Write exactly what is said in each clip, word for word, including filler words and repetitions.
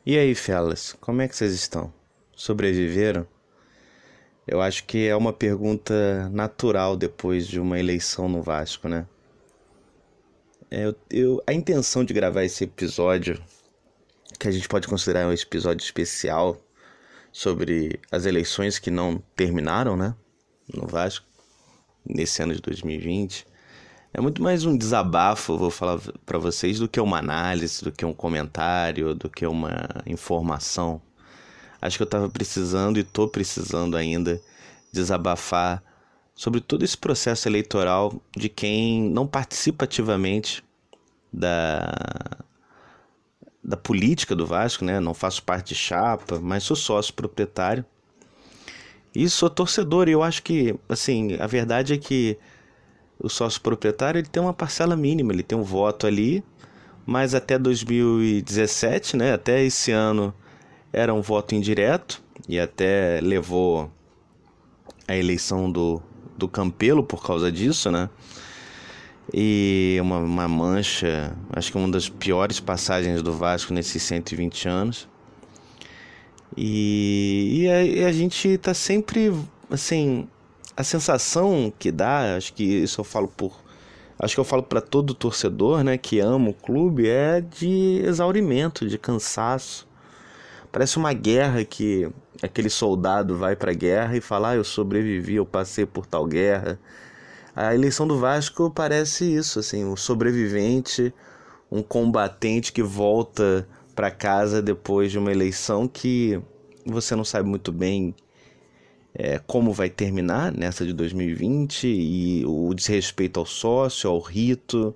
E aí, fellas, como é que vocês estão? Sobreviveram? Eu acho que é uma pergunta natural depois de uma eleição no Vasco, né? É, eu, eu- a intenção de gravar esse episódio, que a gente pode considerar um episódio especial sobre as eleições que não terminaram, né? No Vasco, nesse ano de dois mil e vinte, é muito mais um desabafo, vou falar pra vocês, do que uma análise, do que um comentário, do que uma informação. Acho que eu tava precisando e tô precisando ainda desabafar sobre todo esse processo eleitoral de quem não participa ativamente da, da política do Vasco, né? Não faço parte de chapa, mas sou sócio proprietário e sou torcedor. E eu acho que, assim, a verdade é que o sócio proprietário ele tem uma parcela mínima, ele tem um voto ali, mas até dois mil e dezessete, né? Até esse ano era um voto indireto e até levou a eleição do, do Campelo por causa disso, né? E uma, uma mancha, acho que uma das piores passagens do Vasco nesses cento e vinte anos. E, e, a, e a gente tá sempre, assim, a sensação que dá, acho que isso eu falo por. Acho que eu falo para todo torcedor, né, que ama o clube, é de exaurimento, de cansaço. Parece uma guerra que aquele soldado vai pra guerra e fala: ah, eu sobrevivi, eu passei por tal guerra. A eleição do Vasco parece isso, assim, um sobrevivente, um combatente que volta pra casa depois de uma eleição que você não sabe muito bem é, como vai terminar nessa de dois mil e vinte, e o desrespeito ao sócio, ao rito,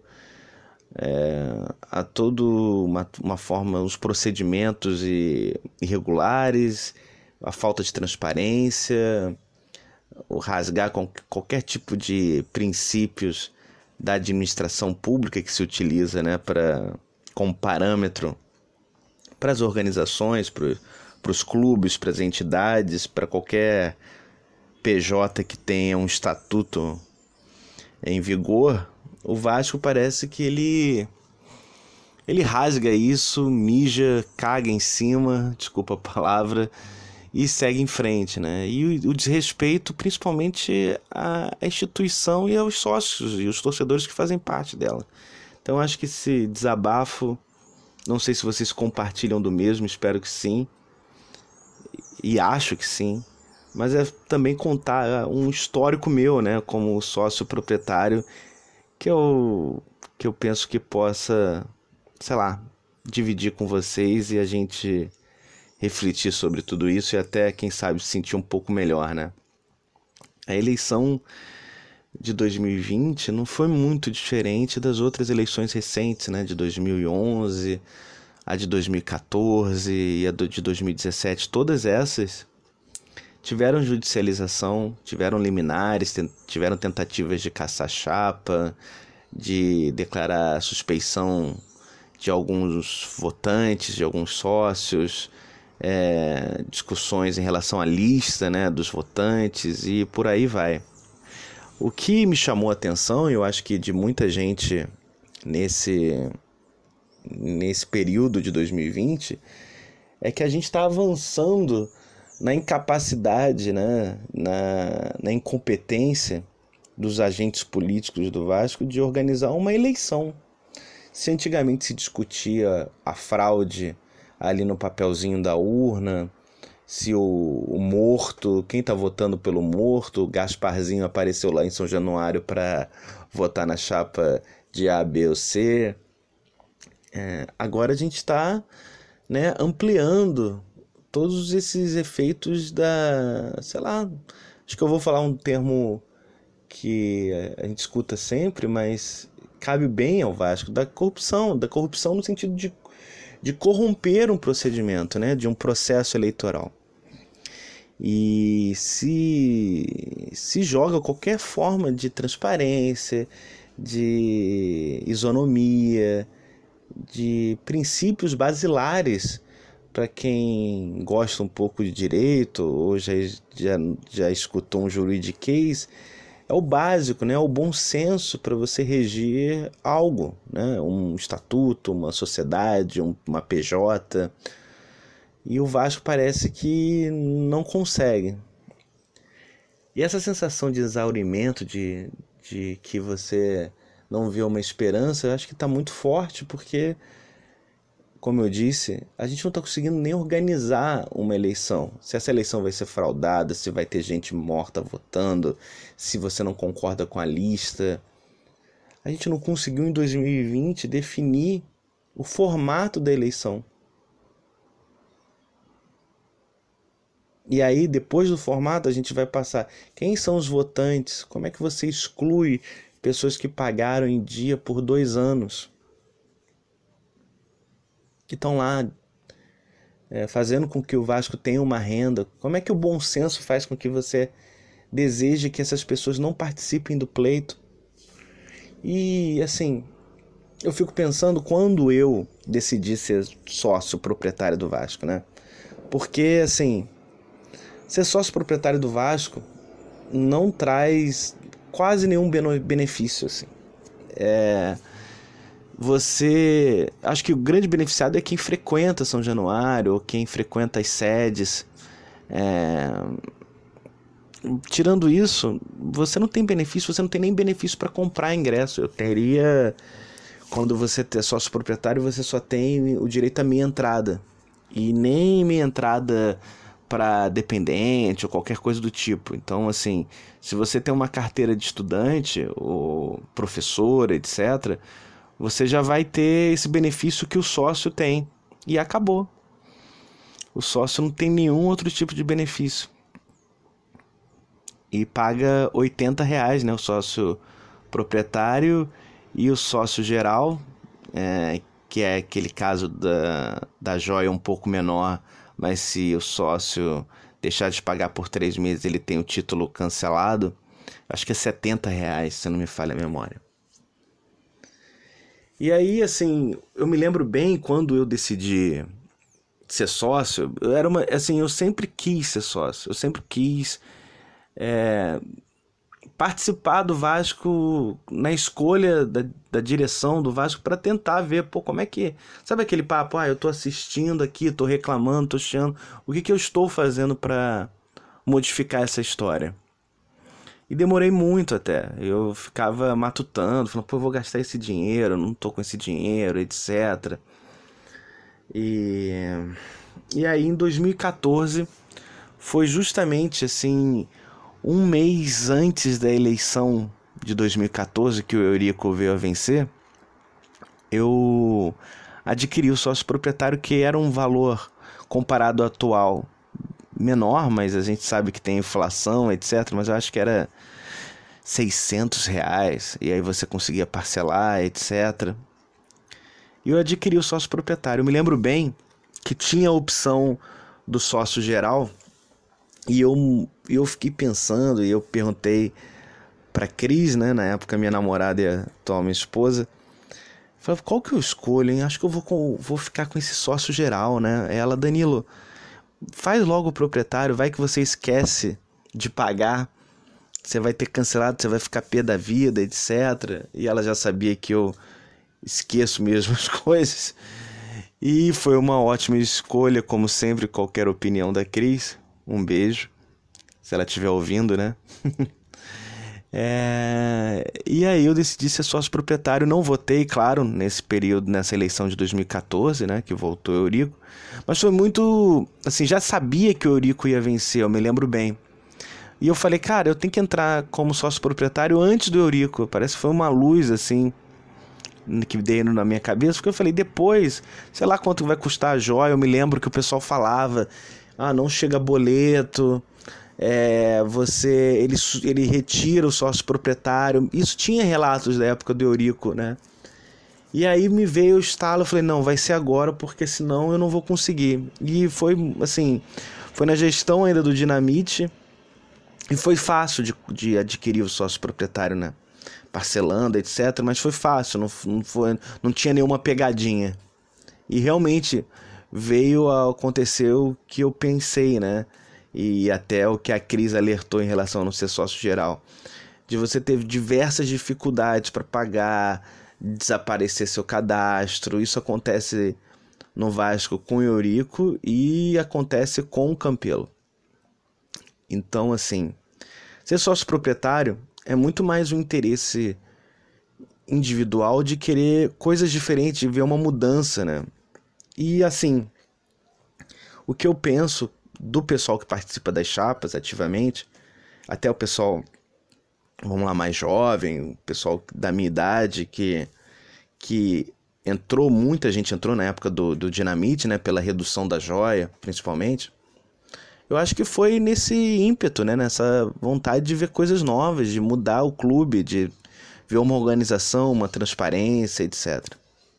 a todo uma, uma forma, os procedimentos e- irregulares, a falta de transparência, o rasgar com qualquer tipo de princípios da administração pública que se utiliza, né, para como parâmetro para as organizações, para os clubes, para as entidades, para qualquer P J que tenha um estatuto em vigor. O Vasco parece que ele ele rasga isso, mija, caga em cima, desculpa a palavra, e segue em frente, né? E o, o desrespeito principalmente à instituição e aos sócios e os torcedores que fazem parte dela. Então acho que esse desabafo, não sei se vocês compartilham do mesmo, espero que sim, e acho que sim, mas é também contar um histórico meu, né, como sócio proprietário, que eu, que eu penso que possa, sei lá, dividir com vocês e a gente refletir sobre tudo isso e até, quem sabe, se sentir um pouco melhor, né? A eleição de dois mil e vinte não foi muito diferente das outras eleições recentes, né? De dois mil e onze, a de dois mil e quatorze e a de dois mil e dezessete. Todas essas tiveram judicialização, tiveram liminares, tiveram tentativas de caçar chapa, de declarar suspeição de alguns votantes, de alguns sócios, é, discussões em relação à lista, né, dos votantes e por aí vai. O que me chamou a atenção, e eu acho que de muita gente nesse, nesse período de dois mil e vinte, é que a gente está avançando na incapacidade, né, na, na incompetência dos agentes políticos do Vasco de organizar uma eleição. Se antigamente se discutia a fraude ali no papelzinho da urna, se o, o morto, quem está votando pelo morto, o Gasparzinho apareceu lá em São Januário para votar na chapa de A, B ou C. É, agora a gente está, né, ampliando todos esses efeitos da, sei lá, acho que eu vou falar um termo que a gente escuta sempre, mas cabe bem ao Vasco, da corrupção, da corrupção no sentido de, de corromper um procedimento, né, de um processo eleitoral. E se, se joga qualquer forma de transparência, de isonomia, de princípios basilares para quem gosta um pouco de direito ou já, já, já escutou um juridiquês, é o básico, né? O bom senso para você reger algo, né? Um estatuto, uma sociedade, um, uma P J. e o Vasco parece que não consegue. E essa sensação de exaurimento, de, de que você não vê uma esperança, eu acho que está muito forte, porque, como eu disse, a gente não está conseguindo nem organizar uma eleição. Se essa eleição vai ser fraudada, se vai ter gente morta votando, se você não concorda com a lista. A gente não conseguiu em dois mil e vinte definir o formato da eleição. E aí, depois do formato, a gente vai passar quem são os votantes, como é que você exclui pessoas que pagaram em dia por dois anos, que estão lá é, fazendo com que o Vasco tenha uma renda. Como é que o bom senso faz com que você deseje que essas pessoas não participem do pleito? E assim, eu fico pensando quando eu decidi ser sócio proprietário do Vasco, né? Porque assim, ser sócio proprietário do Vasco não traz quase nenhum benefício, assim. É, você, acho que o grande beneficiado é quem frequenta São Januário, ou quem frequenta as sedes. É, tirando isso, você não tem benefício, você não tem nem benefício para comprar ingresso. Eu teria, quando você é sócio proprietário, você só tem o direito à meia entrada, e nem meia entrada para dependente ou qualquer coisa do tipo. Então, assim, se você tem uma carteira de estudante ou professor, etcétera, você já vai ter esse benefício que o sócio tem. E acabou. O sócio não tem nenhum outro tipo de benefício. E paga oitenta reais, né? O sócio proprietário e o sócio geral, é, que é aquele caso da, da joia um pouco menor, mas se o sócio deixar de pagar por três meses, ele tem o título cancelado. Acho que é setenta reais, se não me falha a memória. E aí, assim, eu me lembro bem quando eu decidi ser sócio. Eu era uma, assim, eu sempre quis ser sócio. Eu sempre quis é, participar do Vasco na escolha da, da direção do Vasco para tentar ver, pô, como é que... Sabe aquele papo, ah, eu tô assistindo aqui, tô reclamando, tô achando... O que que eu estou fazendo para modificar essa história? E demorei muito até. Eu ficava matutando, falando, pô, eu vou gastar esse dinheiro, não tô com esse dinheiro, etcétera. E, e aí em dois mil e quatorze foi justamente assim... Um mês antes da eleição de dois mil e quatorze, que o Eurico veio a vencer, eu adquiri o sócio proprietário, que era um valor, comparado ao atual, menor, mas a gente sabe que tem inflação, etcétera. Mas eu acho que era seiscentos reais, e aí você conseguia parcelar, etcétera. E eu adquiri o sócio proprietário. Eu me lembro bem que tinha a opção do sócio geral, e eu, eu fiquei pensando, e eu perguntei pra Cris, né, na época minha namorada e a atual minha esposa, falei, qual que eu escolho, hein? Acho que eu vou, com, vou ficar com esse sócio geral, né? Ela, Danilo, faz logo o proprietário, vai que você esquece de pagar, você vai ter cancelado, você vai ficar pé da vida, etcétera. E ela já sabia que eu esqueço mesmo as coisas. E foi uma ótima escolha, como sempre, qualquer opinião da Cris. Um beijo, se ela estiver ouvindo, né? é... E aí eu decidi ser sócio proprietário. Não votei, claro, nesse período, nessa eleição de dois mil e quatorze, né? Que voltou o Eurico. Mas foi muito... Assim, já sabia que o Eurico ia vencer, eu me lembro bem. E eu falei, cara, eu tenho que entrar como sócio proprietário antes do Eurico. Parece que foi uma luz, assim, que veio na minha cabeça. Porque eu falei, depois, sei lá quanto vai custar a joia. Eu me lembro que o pessoal falava... Ah, não chega boleto, é, você, ele, ele retira o sócio proprietário. Isso tinha relatos da época do Eurico, né? E aí me veio o estalo, eu falei, não, vai ser agora, porque senão eu não vou conseguir. E foi, assim, foi na gestão ainda do Dinamite, e foi fácil de, de adquirir o sócio proprietário, né? Parcelando, etcétera. Mas foi fácil, não, não, foi, não tinha nenhuma pegadinha. E realmente... veio a acontecer o que eu pensei, né? E até o que a Cris alertou em relação a não ser sócio geral. De você ter diversas dificuldades para pagar, desaparecer seu cadastro. Isso acontece no Vasco com o Eurico e acontece com o Campelo. Então, assim, ser sócio proprietário é muito mais um interesse individual de querer coisas diferentes, de ver uma mudança, né? E, assim, o que eu penso do pessoal que participa das chapas ativamente, até o pessoal, vamos lá, mais jovem, o pessoal da minha idade, que, que entrou, muita gente entrou na época do, do Dinamite, né? Pela redução da joia, principalmente. Eu acho que foi nesse ímpeto, né? Nessa vontade de ver coisas novas, de mudar o clube, de ver uma organização, uma transparência, etcétera.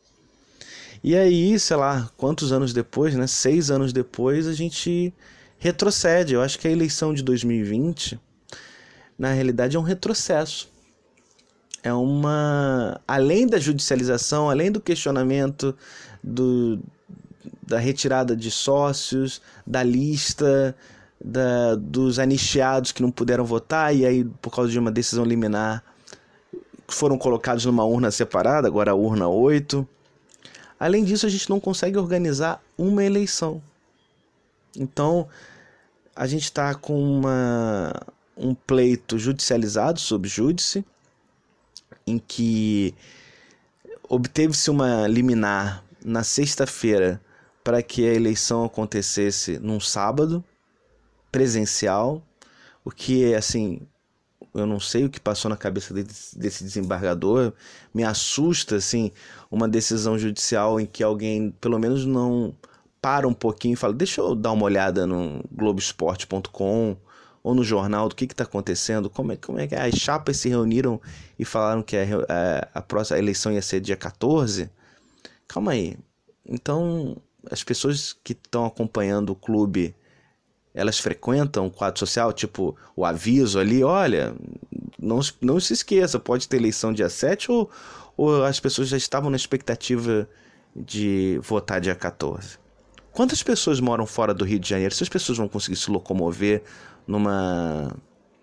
E aí, sei lá, quantos anos depois, né? Seis anos depois, a gente retrocede. Eu acho que a eleição de dois mil e vinte, na realidade, é um retrocesso. É uma... Além da judicialização, além do questionamento do... da retirada de sócios, da lista, da, dos anistiados que não puderam votar e aí, por causa de uma decisão liminar, foram colocados numa urna separada, agora a urna oito. Além disso, a gente não consegue organizar uma eleição. Então, a gente está com uma, um pleito judicializado, sob júdice, em que obteve-se uma liminar na sexta-feira para que a eleição acontecesse num sábado, presencial, o que, assim, eu não sei o que passou na cabeça desse, desse desembargador, me assusta, assim, uma decisão judicial em que alguém, pelo menos, não para um pouquinho e fala, deixa eu dar uma olhada no globoesporte ponto com ou no jornal do que está acontecendo, como é, como é que as chapas se reuniram e falaram que a, a, a próxima eleição ia ser dia quatorze? Calma aí. Então, as pessoas que estão acompanhando o clube, elas frequentam o quadro social, tipo o aviso ali, olha, não, não se esqueça, pode ter eleição dia sete, ou, ou as pessoas já estavam na expectativa de votar dia quatorze. Quantas pessoas moram fora do Rio de Janeiro? Essas pessoas vão conseguir se locomover numa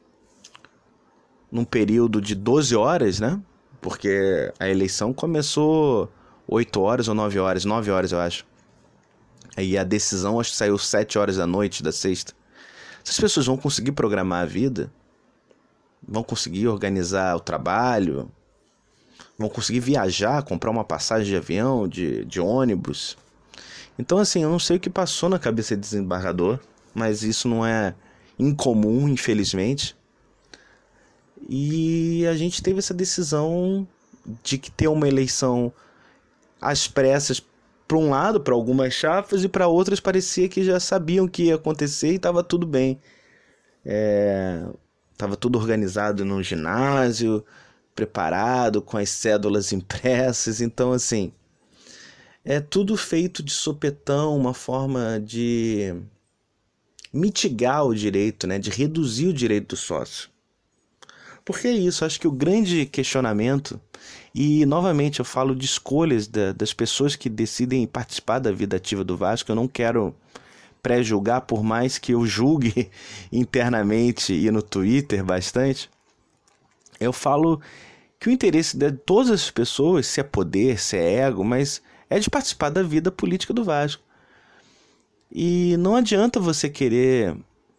num período de doze horas, né? Porque a eleição começou oito horas ou nove horas, nove horas eu acho. Aí a decisão acho que saiu sete horas da noite da sexta. Essas pessoas vão conseguir programar a vida? Vão conseguir organizar o trabalho? Vão conseguir viajar, comprar uma passagem de avião, de, de ônibus? Então, assim, eu não sei o que passou na cabeça do desembargador, mas isso não é incomum, infelizmente. E a gente teve essa decisão de que ter uma eleição às pressas, para um lado, para algumas chapas, e para outras parecia que já sabiam que ia acontecer e estava tudo bem. Estava é, tudo organizado no ginásio, preparado, com as cédulas impressas. Então, assim, é tudo feito de sopetão, uma forma de mitigar o direito, né? De reduzir o direito do sócio. Porque é isso, acho que o grande questionamento, e novamente eu falo de escolhas da, das pessoas que decidem participar da vida ativa do Vasco, eu não quero pré-julgar, por mais que eu julgue internamente e no Twitter bastante, eu falo que o interesse de todas as pessoas, se é poder, se é ego, mas é de participar da vida política do Vasco. E não adianta você querer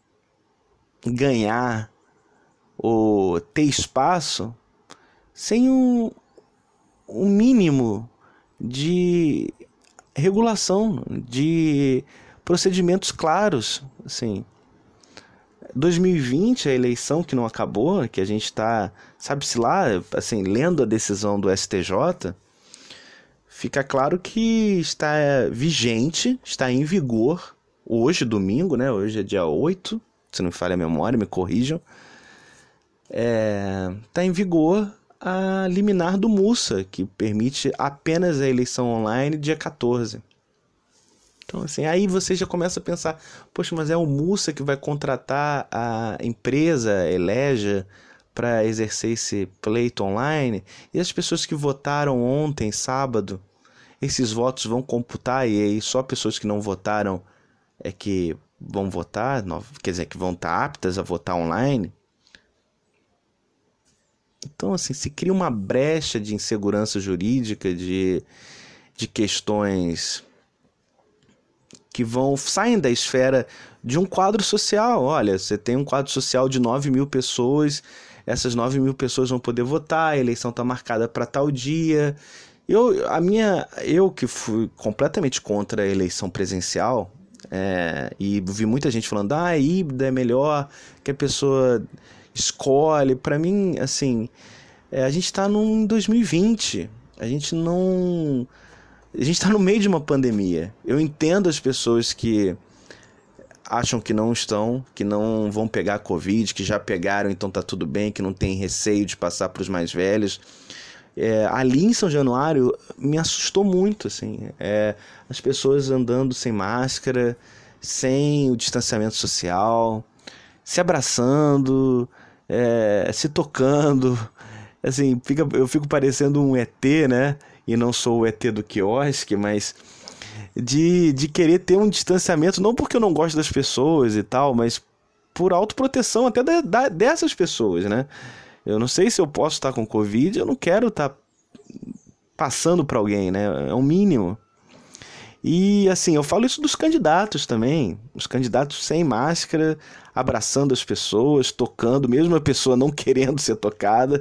ganhar ou ter espaço sem um, um mínimo de regulação, de procedimentos claros. Assim, dois mil e vinte, a eleição que não acabou, que a gente está, sabe-se lá, assim, lendo a decisão do S T J, fica claro que está vigente, está em vigor, hoje, domingo, né? Hoje é dia oito, se não me falha a memória, me corrijam. Está é, em vigor a liminar do Mussa, que permite apenas a eleição online dia quatorze. Então, assim, aí você já começa a pensar, poxa, mas é o Mussa que vai contratar a empresa, Eleja, para exercer esse pleito online? E as pessoas que votaram ontem, sábado, esses votos vão computar, e aí só pessoas que não votaram é que vão votar, quer dizer, que vão estar aptas a votar online? Então, assim, se cria uma brecha de insegurança jurídica, de, de questões que vão saem da esfera de um quadro social. Olha, você tem um quadro social de nove mil pessoas, essas nove mil pessoas vão poder votar, a eleição está marcada para tal dia. Eu, a minha, eu que fui completamente contra a eleição presencial, é, e vi muita gente falando, ah, híbrida é melhor, que a pessoa escolhe. Para mim, assim, é, a gente está em dois mil e vinte, a gente não... A gente está no meio de uma pandemia. Eu entendo as pessoas que acham que não estão, que não vão pegar Covid, que já pegaram, então tá tudo bem, que não tem receio de passar para os mais velhos. É, ali em São Januário me assustou muito, assim, é, as pessoas andando sem máscara, sem o distanciamento social, se abraçando, é, se tocando, assim, fica, eu fico parecendo um E T, né? E não sou o E T do quiosque, mas de, de querer ter um distanciamento, não porque eu não gosto das pessoas e tal, mas por autoproteção até da, da, dessas pessoas, né? Eu não sei se eu posso estar com Covid, eu não quero estar passando para alguém, né? É o mínimo. E assim, eu falo isso dos candidatos também, os candidatos sem máscara, abraçando as pessoas, tocando, mesmo a pessoa não querendo ser tocada,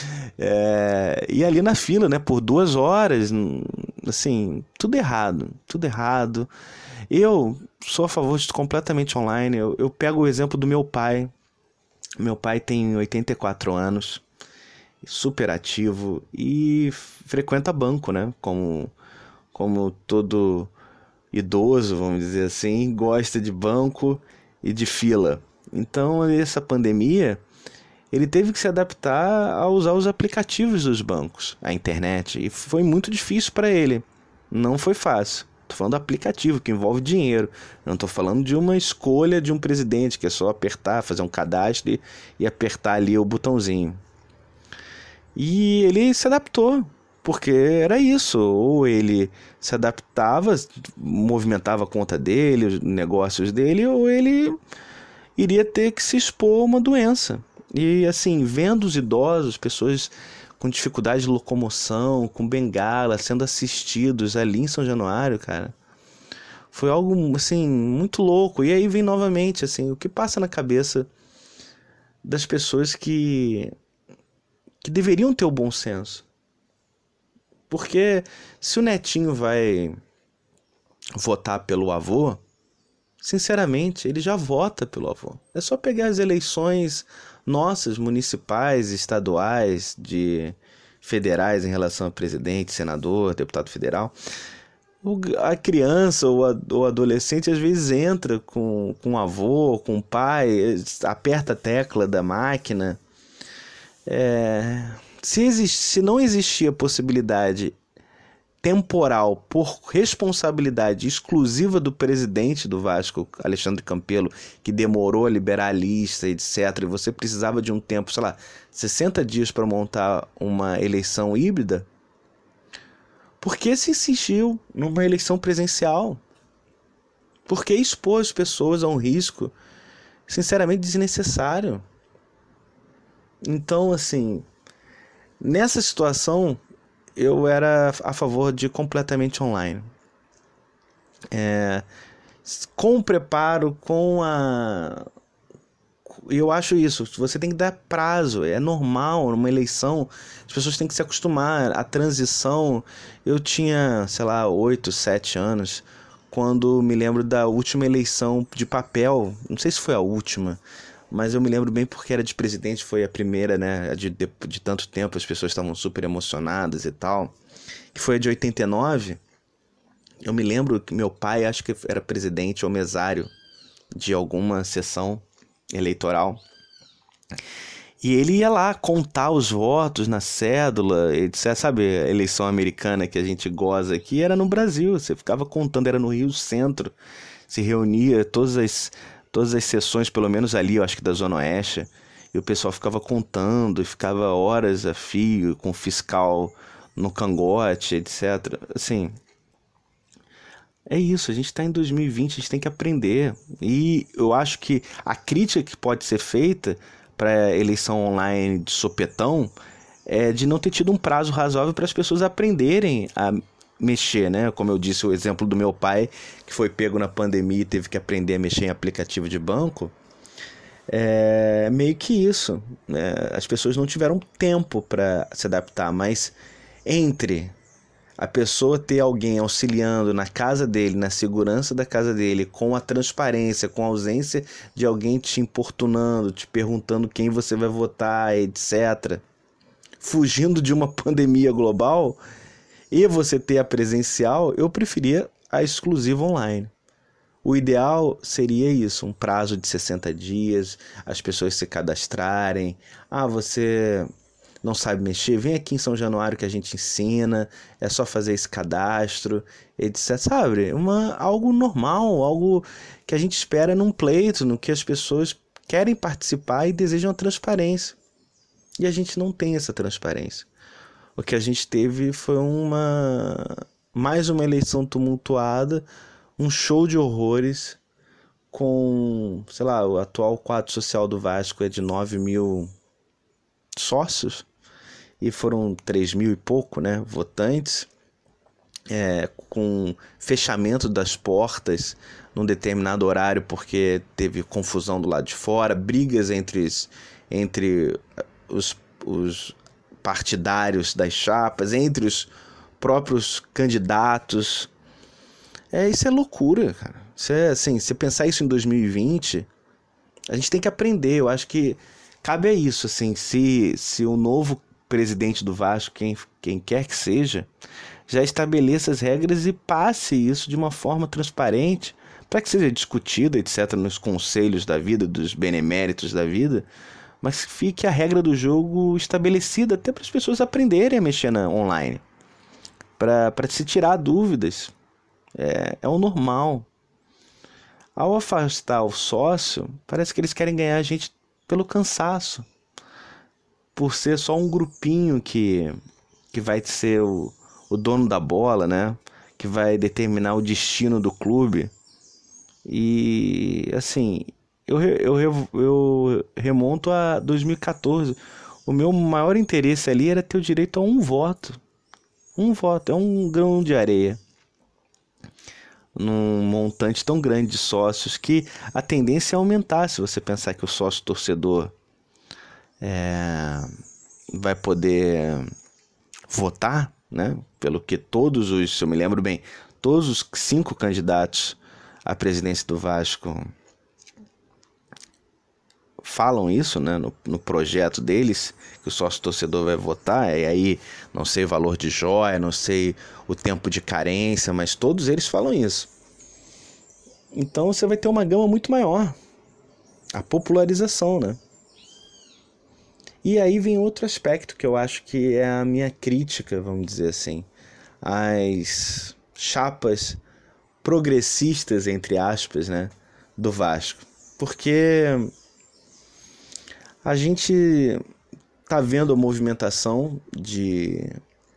é, e ali na fila, né, por duas horas, assim, tudo errado, tudo errado. Eu sou a favor de completamente online. Eu, eu pego o exemplo do meu pai. Meu pai tem oitenta e quatro anos, super ativo e frequenta banco, né, como... como todo idoso, vamos dizer assim, gosta de banco e de fila. Então, essa pandemia, ele teve que se adaptar a usar os aplicativos dos bancos, a internet, e foi muito difícil para ele. Não foi fácil. Estou falando do aplicativo, que envolve dinheiro. Não estou falando de uma escolha de um presidente, que é só apertar, fazer um cadastro e, e apertar ali o botãozinho. E ele se adaptou. Porque era isso, ou ele se adaptava, movimentava a conta dele, os negócios dele, ou ele iria ter que se expor a uma doença. E assim, vendo os idosos, pessoas com dificuldade de locomoção, com bengala, sendo assistidos ali em São Januário, cara, foi algo assim, muito louco. E aí vem novamente, assim, o que passa na cabeça das pessoas que, que deveriam ter o bom senso. Porque se o netinho vai votar pelo avô, sinceramente, ele já vota pelo avô. É só pegar as eleições nossas, municipais, estaduais, de federais em relação a presidente, senador, deputado federal. A criança ou o adolescente às vezes entra com, com o avô, com o pai, aperta a tecla da máquina. É... Se, exist, se não existia possibilidade temporal por responsabilidade exclusiva do presidente do Vasco, Alexandre Campelo, que demorou a liberar a lista, etcétera, e você precisava de um tempo, sei lá, sessenta dias para montar uma eleição híbrida, por que se insistiu numa eleição presencial? Por que expor as pessoas a um risco, sinceramente, desnecessário? Então, assim... Nessa situação, eu era a favor de completamente online. É, com o preparo, com a... Eu acho isso, você tem que dar prazo, é normal, numa eleição, as pessoas têm que se acostumar, a transição... Eu tinha, sei lá, oito, sete anos, quando me lembro da última eleição de papel, não sei se foi a última... Mas eu me lembro bem porque era de presidente, foi a primeira, né, de, de, de tanto tempo, as pessoas estavam super emocionadas e tal, que foi a de oitenta e nove. Eu me lembro que meu pai, acho que era presidente ou mesário de alguma sessão eleitoral, e ele ia lá contar os votos na cédula, etc. Sabe, a eleição americana que a gente goza aqui era no Brasil, você ficava contando, era no Rio Centro, se reunia todas as... todas as sessões, pelo menos ali, eu acho que da Zona Oeste, e o pessoal ficava contando, e ficava horas a fio, com o fiscal no cangote, etcétera. Assim, é isso, a gente está em dois mil e vinte, a gente tem que aprender. E eu acho que a crítica que pode ser feita para a eleição online de sopetão é de não ter tido um prazo razoável para as pessoas aprenderem a, mexer, né? Como eu disse, o exemplo do meu pai, que foi pego na pandemia e teve que aprender a mexer em aplicativo de banco. É meio que isso, né? As pessoas não tiveram tempo para se adaptar, mas entre a pessoa ter alguém auxiliando na casa dele, na segurança da casa dele, com a transparência, com a ausência de alguém te importunando, te perguntando quem você vai votar, etcétera, fugindo de uma pandemia global, e você ter a presencial, eu preferia a exclusiva online. O ideal seria isso, um prazo de sessenta dias, as pessoas se cadastrarem. Ah, você não sabe mexer? Vem aqui em São Januário que a gente ensina, é só fazer esse cadastro, etcétera. Sabe? Uma, algo normal, algo que a gente espera num pleito, no que as pessoas querem participar e desejam a transparência. E a gente não tem essa transparência. O que a gente teve foi uma mais uma eleição tumultuada, um show de horrores com, sei lá, o atual quadro social do Vasco é de nove mil sócios e foram três mil e pouco, né, votantes, é, com fechamento das portas num determinado horário porque teve confusão do lado de fora, brigas entre os, entre os, os partidários das chapas, entre os próprios candidatos. É, isso é loucura, cara. Isso é, assim, se pensar isso em dois mil e vinte, a gente tem que aprender. Eu acho que cabe a isso, assim, se, se o novo presidente do Vasco, quem, quem quer que seja, já estabeleça as regras e passe isso de uma forma transparente, para que seja discutido, etcétera, nos conselhos da vida, dos beneméritos da vida, mas que fique a regra do jogo estabelecida até para as pessoas aprenderem a mexer na online, para se tirar dúvidas. É, é o normal. Ao afastar o sócio, parece que eles querem ganhar a gente pelo cansaço, por ser só um grupinho que, que vai ser o, o dono da bola, né? Que vai determinar o destino do clube. E assim, eu, eu, eu, eu remonto a dois mil e quatorze. O meu maior interesse ali era ter o direito a um voto. Um voto, é um grão de areia num montante tão grande de sócios que a tendência é aumentar. Se você pensar que o sócio torcedor é, vai poder votar, né? Pelo que todos os, se eu me lembro bem, todos os cinco candidatos à presidência do Vasco falam isso, né, no, no projeto deles, que o sócio torcedor vai votar, e aí não sei o valor de joia, não sei o tempo de carência, mas todos eles falam isso. Então você vai ter uma gama muito maior, a popularização, né? E aí vem outro aspecto que eu acho que é a minha crítica, vamos dizer assim, às chapas progressistas, entre aspas, né, do Vasco. Porque a gente tá vendo a movimentação de,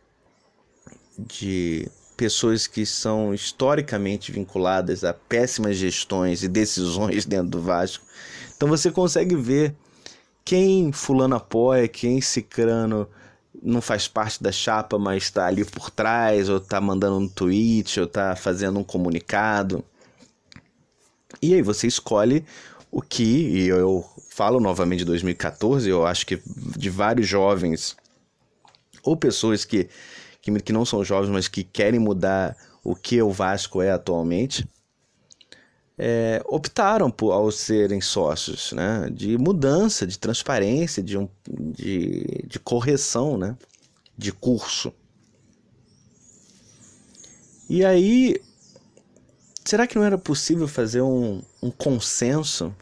de pessoas que são historicamente vinculadas a péssimas gestões e decisões dentro do Vasco. Então você consegue ver quem fulano apoia, quem cicrano não faz parte da chapa, mas está ali por trás, ou está mandando um tweet, ou está fazendo um comunicado. E aí você escolhe o que, e eu falo novamente de dois mil e quatorze, eu acho que de vários jovens, ou pessoas que, que, que não são jovens, mas que querem mudar o que o Vasco é atualmente, é, optaram por, ao serem sócios, né, de mudança, de transparência, de, um, de, de correção, né, de curso. E aí, será que não era possível fazer um, um consenso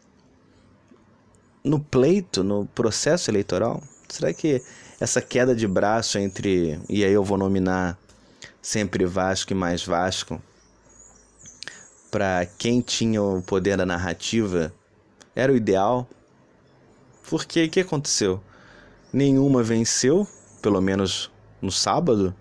no pleito, no processo eleitoral? Será que essa queda de braço entre, e aí eu vou nominar sempre Vasco e mais Vasco, para quem tinha o poder da narrativa, era o ideal? Porque o que aconteceu? Nenhuma venceu, pelo menos no sábado,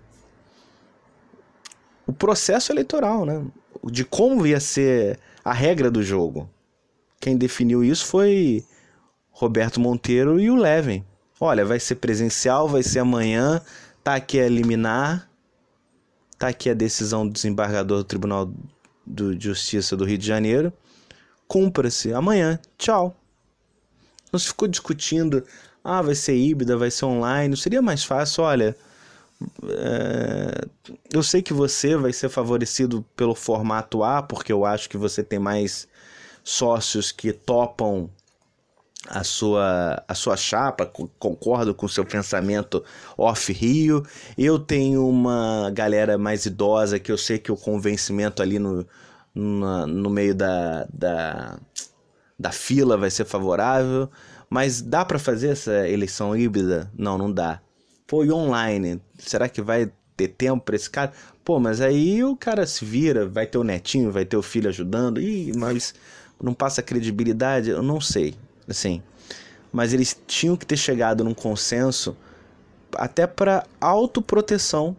o processo eleitoral, né? De como ia ser a regra do jogo. Quem definiu isso foi Roberto Monteiro e o Leven. Olha, vai ser presencial, vai ser amanhã, tá aqui a liminar, Tá aqui a decisão do desembargador do Tribunal de Justiça do Rio de Janeiro. Cumpra-se. Amanhã. Tchau. Não se ficou discutindo, ah, vai ser híbrida, vai ser online. Não seria mais fácil, olha, é, eu sei que você vai ser favorecido pelo formato A, porque eu acho que você tem mais sócios que topam a sua, a sua chapa, concordo com o seu pensamento off-Rio. Eu tenho uma galera mais idosa que eu sei que o convencimento ali no, no, no meio da, da, da fila vai ser favorável. Mas dá para fazer essa eleição híbrida? Não, não dá. Pô, e online? Será que vai ter tempo para esse cara? Pô, mas aí o cara se vira, vai ter o netinho, vai ter o filho ajudando. Ih, mas não passa credibilidade? Eu não sei. Assim, mas eles tinham que ter chegado num consenso até para autoproteção.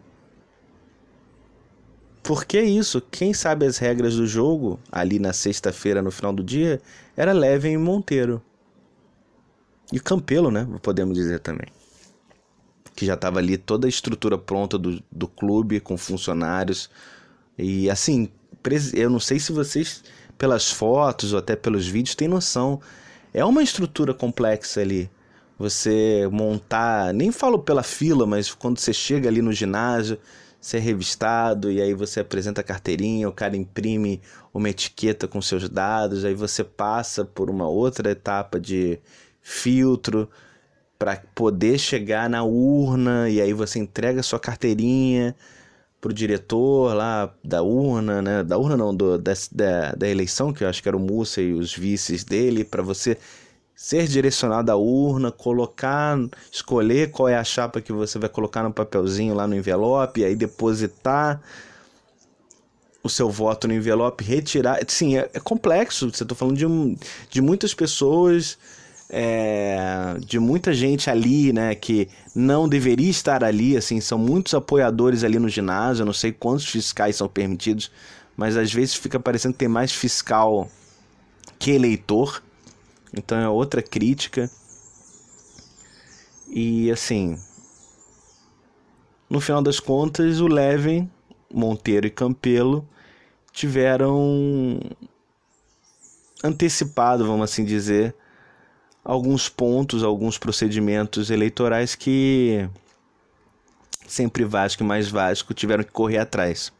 Porque é isso, quem sabe as regras do jogo, ali na sexta-feira, no final do dia, era Levin e Monteiro. E Campelo, né, podemos dizer também. Que já estava ali toda a estrutura pronta do, do clube, com funcionários. E assim, eu não sei se vocês, pelas fotos ou até pelos vídeos, têm noção. É uma estrutura complexa ali. Você montar, nem falo pela fila, mas quando você chega ali no ginásio, você é revistado e aí você apresenta a carteirinha, o cara imprime uma etiqueta com seus dados, aí você passa por uma outra etapa de filtro para poder chegar na urna, e aí você entrega a sua carteirinha pro diretor lá da urna, né? Da urna não, do, da, da, da eleição, que eu acho que era o Mussa e os vices dele, para você ser direcionado à urna, colocar, escolher qual é a chapa que você vai colocar no papelzinho lá no envelope, aí depositar o seu voto no envelope, retirar. Sim, é, é complexo, você está falando de, um, de muitas pessoas, é, de muita gente ali, né, que não deveria estar ali, assim, são muitos apoiadores ali no ginásio, eu não sei quantos fiscais são permitidos, mas às vezes fica parecendo que tem mais fiscal que eleitor, então é outra crítica. E assim, no final das contas, o Levin, Monteiro e Campelo tiveram antecipado, vamos assim dizer, alguns pontos, alguns procedimentos eleitorais que sempre Vasco e mais Vasco tiveram que correr atrás.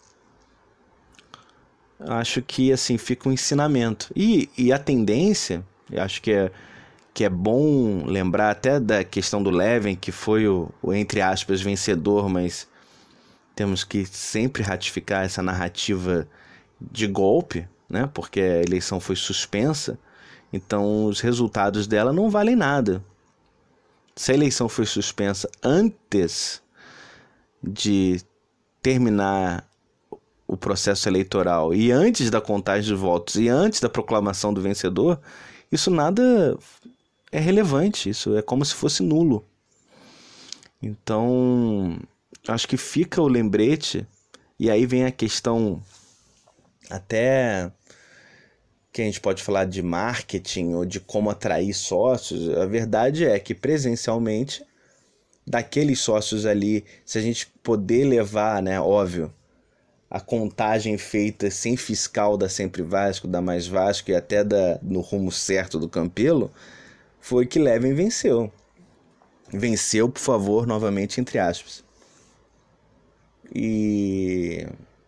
Acho que assim fica um ensinamento. E, e a tendência, eu acho que é, que é bom lembrar até da questão do Levin, que foi o, o entre aspas vencedor, mas temos que sempre ratificar essa narrativa de golpe, né? Porque a eleição foi suspensa. Então os resultados dela não valem nada. Se a eleição foi suspensa antes de terminar o processo eleitoral e antes da contagem de votos e antes da proclamação do vencedor, isso nada é relevante, isso é como se fosse nulo. Então, acho que fica o lembrete, e aí vem a questão até que a gente pode falar de marketing ou de como atrair sócios. A verdade é que presencialmente, daqueles sócios ali, se a gente poder levar, né, óbvio, a contagem feita sem fiscal da Sempre Vasco, da Mais Vasco e até da, no rumo certo do Campelo, foi que Levin venceu. Venceu, por favor, novamente, entre aspas. E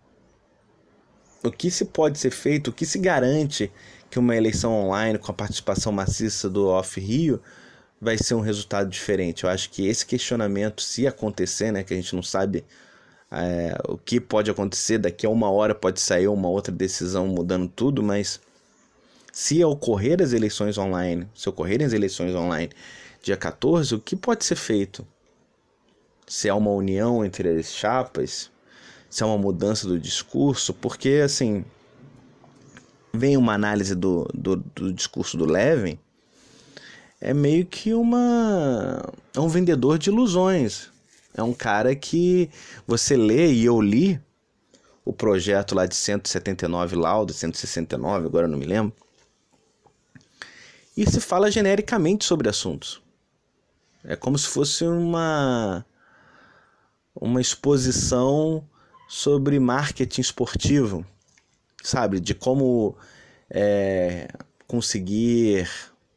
o que se pode ser feito, o que se garante que uma eleição online com a participação maciça do Off-Rio vai ser um resultado diferente? Eu acho que esse questionamento, se acontecer, né, que a gente não sabe é, o que pode acontecer, daqui a uma hora pode sair uma outra decisão mudando tudo, mas se ocorrer as eleições online, se ocorrerem as eleições online dia quatorze, o que pode ser feito? Se há uma união entre as chapas, se há uma mudança do discurso, porque assim, vem uma análise do, do, do discurso do Levin, é meio que uma, é um vendedor de ilusões. É um cara que você lê, e eu li o projeto lá de cento e setenta e nove laudos, cento e sessenta e nove, agora eu não me lembro, e se fala genericamente sobre assuntos. É como se fosse uma, uma exposição sobre marketing esportivo, sabe? De como é, conseguir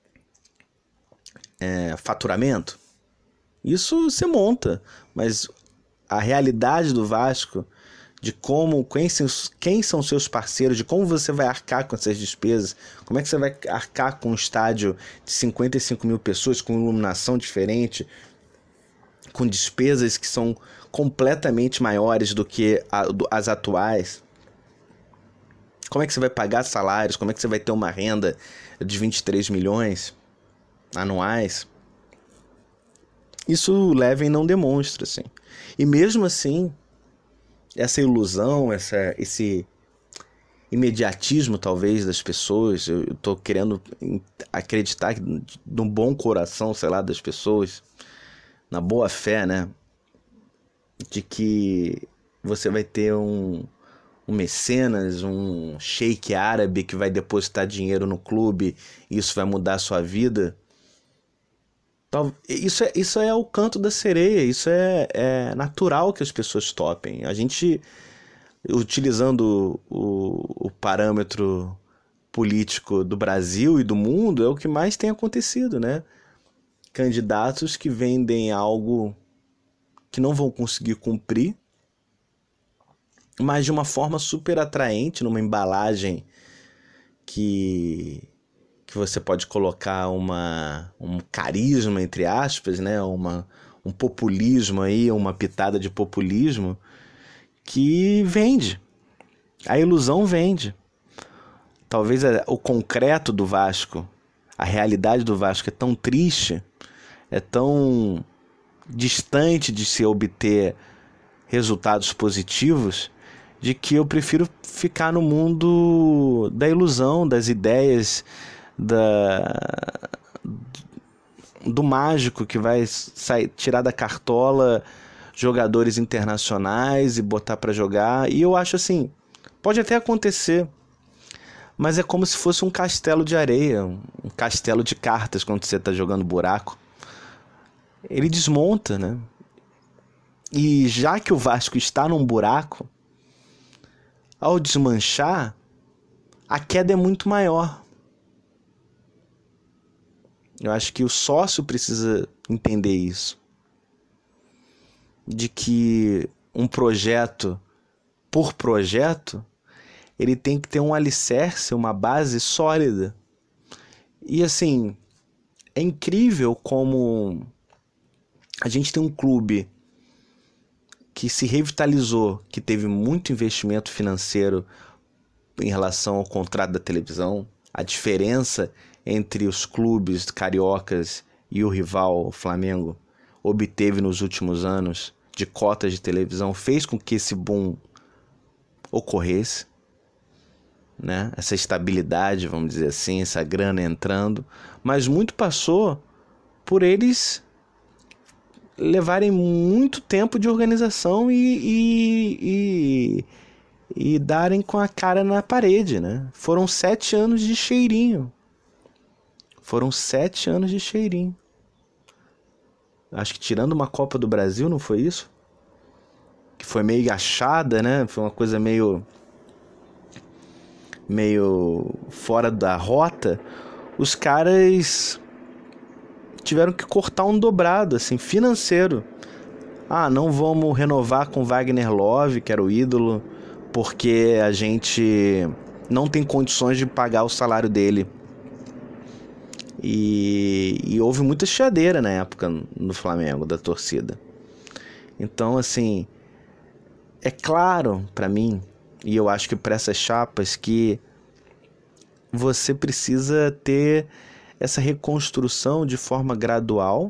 é, faturamento. Isso você monta, mas a realidade do Vasco, de como, quem, quem são seus parceiros, de como você vai arcar com essas despesas, como é que você vai arcar com um estádio de cinquenta e cinco mil pessoas, com iluminação diferente, com despesas que são completamente maiores do que a, do, as atuais. Como é que você vai pagar salários? Como é que você vai ter uma renda de vinte e três milhões anuais? Isso Levin não demonstra, assim. E mesmo assim, essa ilusão, essa, esse imediatismo, talvez, das pessoas, eu estou querendo acreditar no bom coração, sei lá, das pessoas, na boa fé, né? De que você vai ter um, um mecenas, um sheik árabe que vai depositar dinheiro no clube e isso vai mudar a sua vida. Isso é, isso é o canto da sereia, isso é, é natural que as pessoas topem. A gente, utilizando o, o parâmetro político do Brasil e do mundo, é o que mais tem acontecido, né? Candidatos que vendem algo que não vão conseguir cumprir, mas de uma forma super atraente, numa embalagem que... que você pode colocar uma, um carisma, entre aspas, né? uma, um populismo aí, uma pitada de populismo, que vende. A ilusão vende. Talvez a, o concreto do Vasco, a realidade do Vasco é tão triste, é tão distante de se obter resultados positivos, de que eu prefiro ficar no mundo da ilusão, das ideias, Da, do mágico que vai sair, tirar da cartola jogadores internacionais e botar para jogar. E eu acho assim, pode até acontecer, mas é como se fosse um castelo de areia, um castelo de cartas quando você está jogando buraco. Ele desmonta, né? E já que o Vasco está num buraco, ao desmanchar, a queda é muito maior. Eu acho que o sócio precisa entender isso. De que um projeto, por projeto, ele tem que ter um alicerce, uma base sólida. E assim, é incrível como a gente tem um clube que se revitalizou, que teve muito investimento financeiro em relação ao contrato da televisão. A diferença entre os clubes cariocas e o rival o Flamengo obteve nos últimos anos de cotas de televisão fez com que esse boom ocorresse, né? Essa estabilidade, vamos dizer assim, essa grana entrando, mas muito passou por eles levarem muito tempo de organização e, e, e, e darem com a cara na parede, né? Foram sete anos de cheirinho. Foram sete anos de cheirinho. Acho que tirando uma Copa do Brasil, não foi isso? Que foi meio agachada, né? Foi uma coisa meio... meio fora da rota. Os caras tiveram que cortar um dobrado, assim, financeiro. Ah, não vamos renovar com Wagner Love, que era o ídolo, porque a gente não tem condições de pagar o salário dele. E, e houve muita chiadeira na época no Flamengo, da torcida. Então, assim, é claro para mim, e eu acho que para essas chapas, que você precisa ter essa reconstrução de forma gradual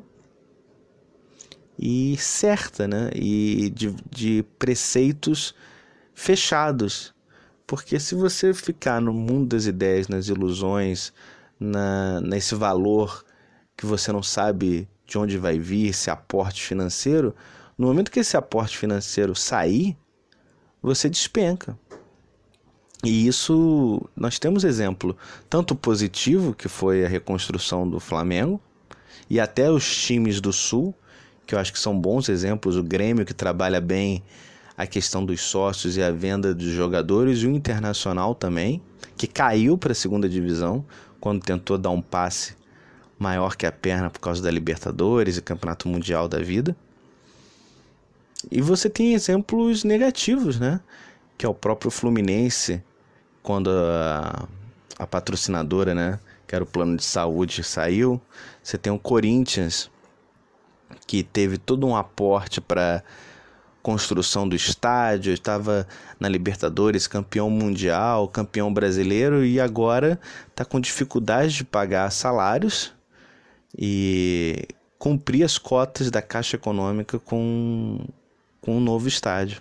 e certa, né? E de, de preceitos fechados. Porque se você ficar no mundo das ideias, nas ilusões, na, nesse valor que você não sabe de onde vai vir, esse aporte financeiro, no momento que esse aporte financeiro sair, você despenca. E isso, nós temos exemplo, tanto positivo, que foi a reconstrução do Flamengo, e até os times do Sul, que eu acho que são bons exemplos, o Grêmio, que trabalha bem a questão dos sócios e a venda dos jogadores, e o Internacional também, que caiu para a segunda divisão quando tentou dar um passe maior que a perna por causa da Libertadores e Campeonato Mundial da vida. E você tem exemplos negativos, né? Que é o próprio Fluminense, quando a, a patrocinadora, né, que era o plano de saúde, saiu. Você tem o Corinthians, que teve todo um aporte para construção do estádio, estava na Libertadores, campeão mundial, campeão brasileiro, e agora está com dificuldade de pagar salários e cumprir as cotas da Caixa Econômica com, com um novo estádio.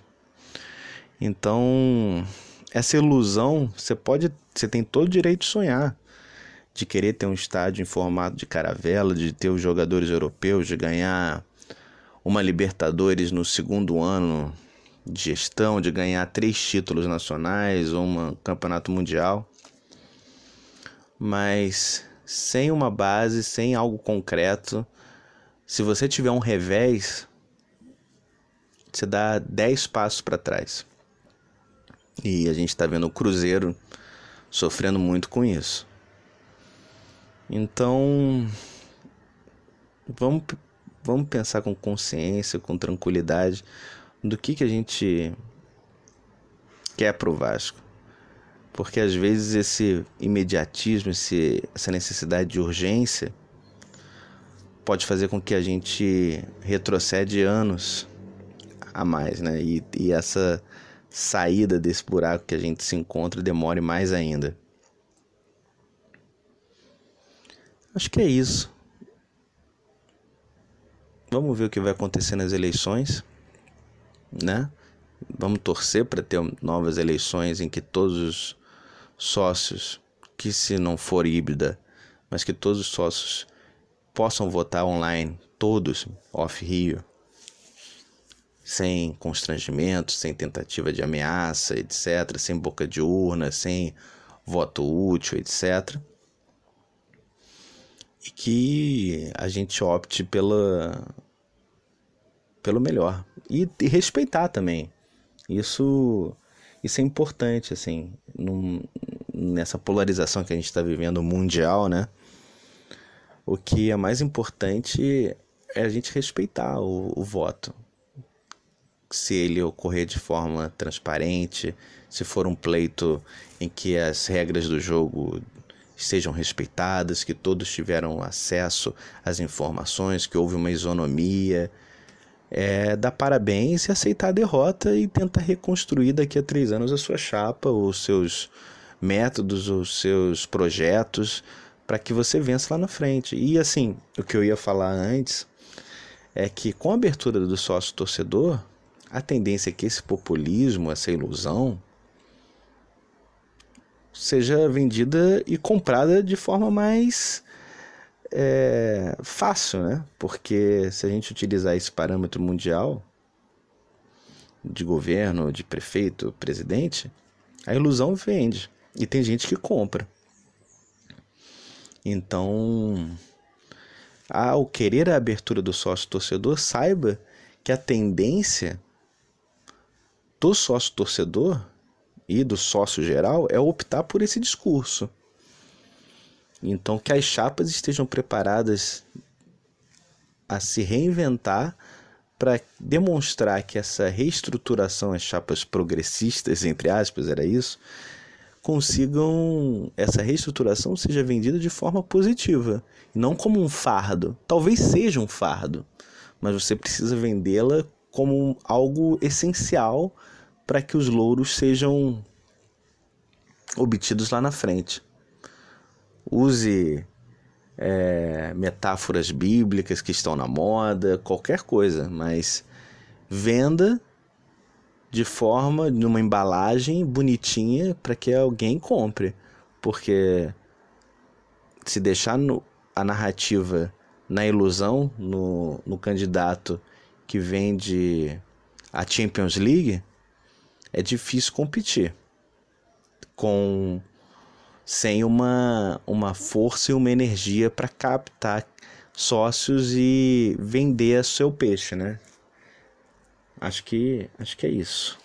Então, essa ilusão, você pode, você tem todo o direito de sonhar, de querer ter um estádio em formato de caravela, de ter os jogadores europeus, de ganhar uma Libertadores no segundo ano de gestão, de ganhar três títulos nacionais ou um campeonato mundial. Mas sem uma base, sem algo concreto, se você tiver um revés, você dá dez passos para trás. E a gente está vendo o Cruzeiro sofrendo muito com isso. Então, vamos, vamos pensar com consciência, com tranquilidade, do que, que a gente quer pro Vasco. Porque às vezes esse imediatismo, esse, essa necessidade de urgência pode fazer com que a gente retrocede anos a mais, né? E, e essa saída desse buraco que a gente se encontra demore mais ainda. Acho que é isso. Vamos ver o que vai acontecer nas eleições, né? Vamos torcer para ter novas eleições em que todos os sócios, que se não for híbrida, mas que todos os sócios possam votar online, todos off-Rio, sem constrangimento, sem tentativa de ameaça, etcétera, sem boca de urna, sem voto útil, etcétera. E que a gente opte pela, pelo melhor. E, e respeitar também. Isso, isso é importante, assim, num, nessa polarização que a gente está vivendo mundial, né? O que é mais importante é a gente respeitar o, o voto. Se ele ocorrer de forma transparente, se for um pleito em que as regras do jogo sejam respeitadas, que todos tiveram acesso às informações, que houve uma isonomia, é, dar parabéns e aceitar a derrota e tentar reconstruir daqui a três anos a sua chapa, os seus métodos, os seus projetos, para que você vença lá na frente. E assim, o que eu ia falar antes é que com a abertura do sócio torcedor, a tendência é que esse populismo, essa ilusão, seja vendida e comprada de forma mais é, fácil, né? Porque se a gente utilizar esse parâmetro mundial de governo, de prefeito, presidente, a ilusão vende e tem gente que compra. Então, ao querer a abertura do sócio torcedor, saiba que a tendência do sócio torcedor e do sócio geral é optar por esse discurso. Então, que as chapas estejam preparadas a se reinventar para demonstrar que essa reestruturação, as chapas progressistas, entre aspas, era isso, consigam, essa reestruturação seja vendida de forma positiva, não como um fardo. Talvez seja um fardo, mas você precisa vendê-la como algo essencial para que os louros sejam obtidos lá na frente. Use é, metáforas bíblicas que estão na moda, qualquer coisa, mas venda de forma, numa embalagem bonitinha para que alguém compre. Porque se deixar no, a narrativa na ilusão, no, no candidato que vende a Champions League, é difícil competir com, sem uma, uma força e uma energia para captar sócios e vender seu peixe, né? acho que, acho que é isso.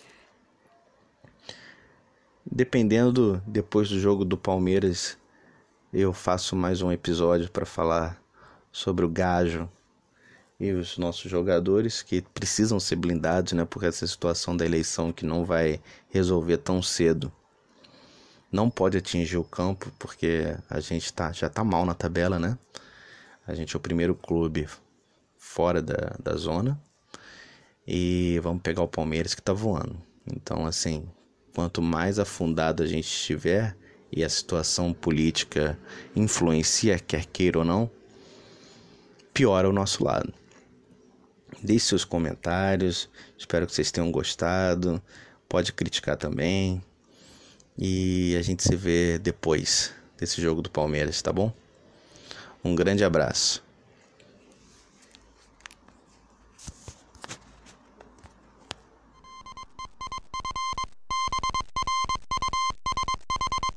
Dependendo, do, depois do jogo do Palmeiras, eu faço mais um episódio para falar sobre o Gajo e os nossos jogadores que precisam ser blindados, né, por essa situação da eleição que não vai resolver tão cedo. Não pode atingir o campo porque a gente tá, já tá mal na tabela, né? A gente é o primeiro clube fora da, da zona e vamos pegar o Palmeiras que tá voando. Então, assim, quanto mais afundado a gente estiver e a situação política influencia, quer queira ou não, piora o nosso lado. Deixe seus comentários, espero que vocês tenham gostado, pode criticar também, e a gente se vê depois desse jogo do Palmeiras, tá bom? Um grande abraço.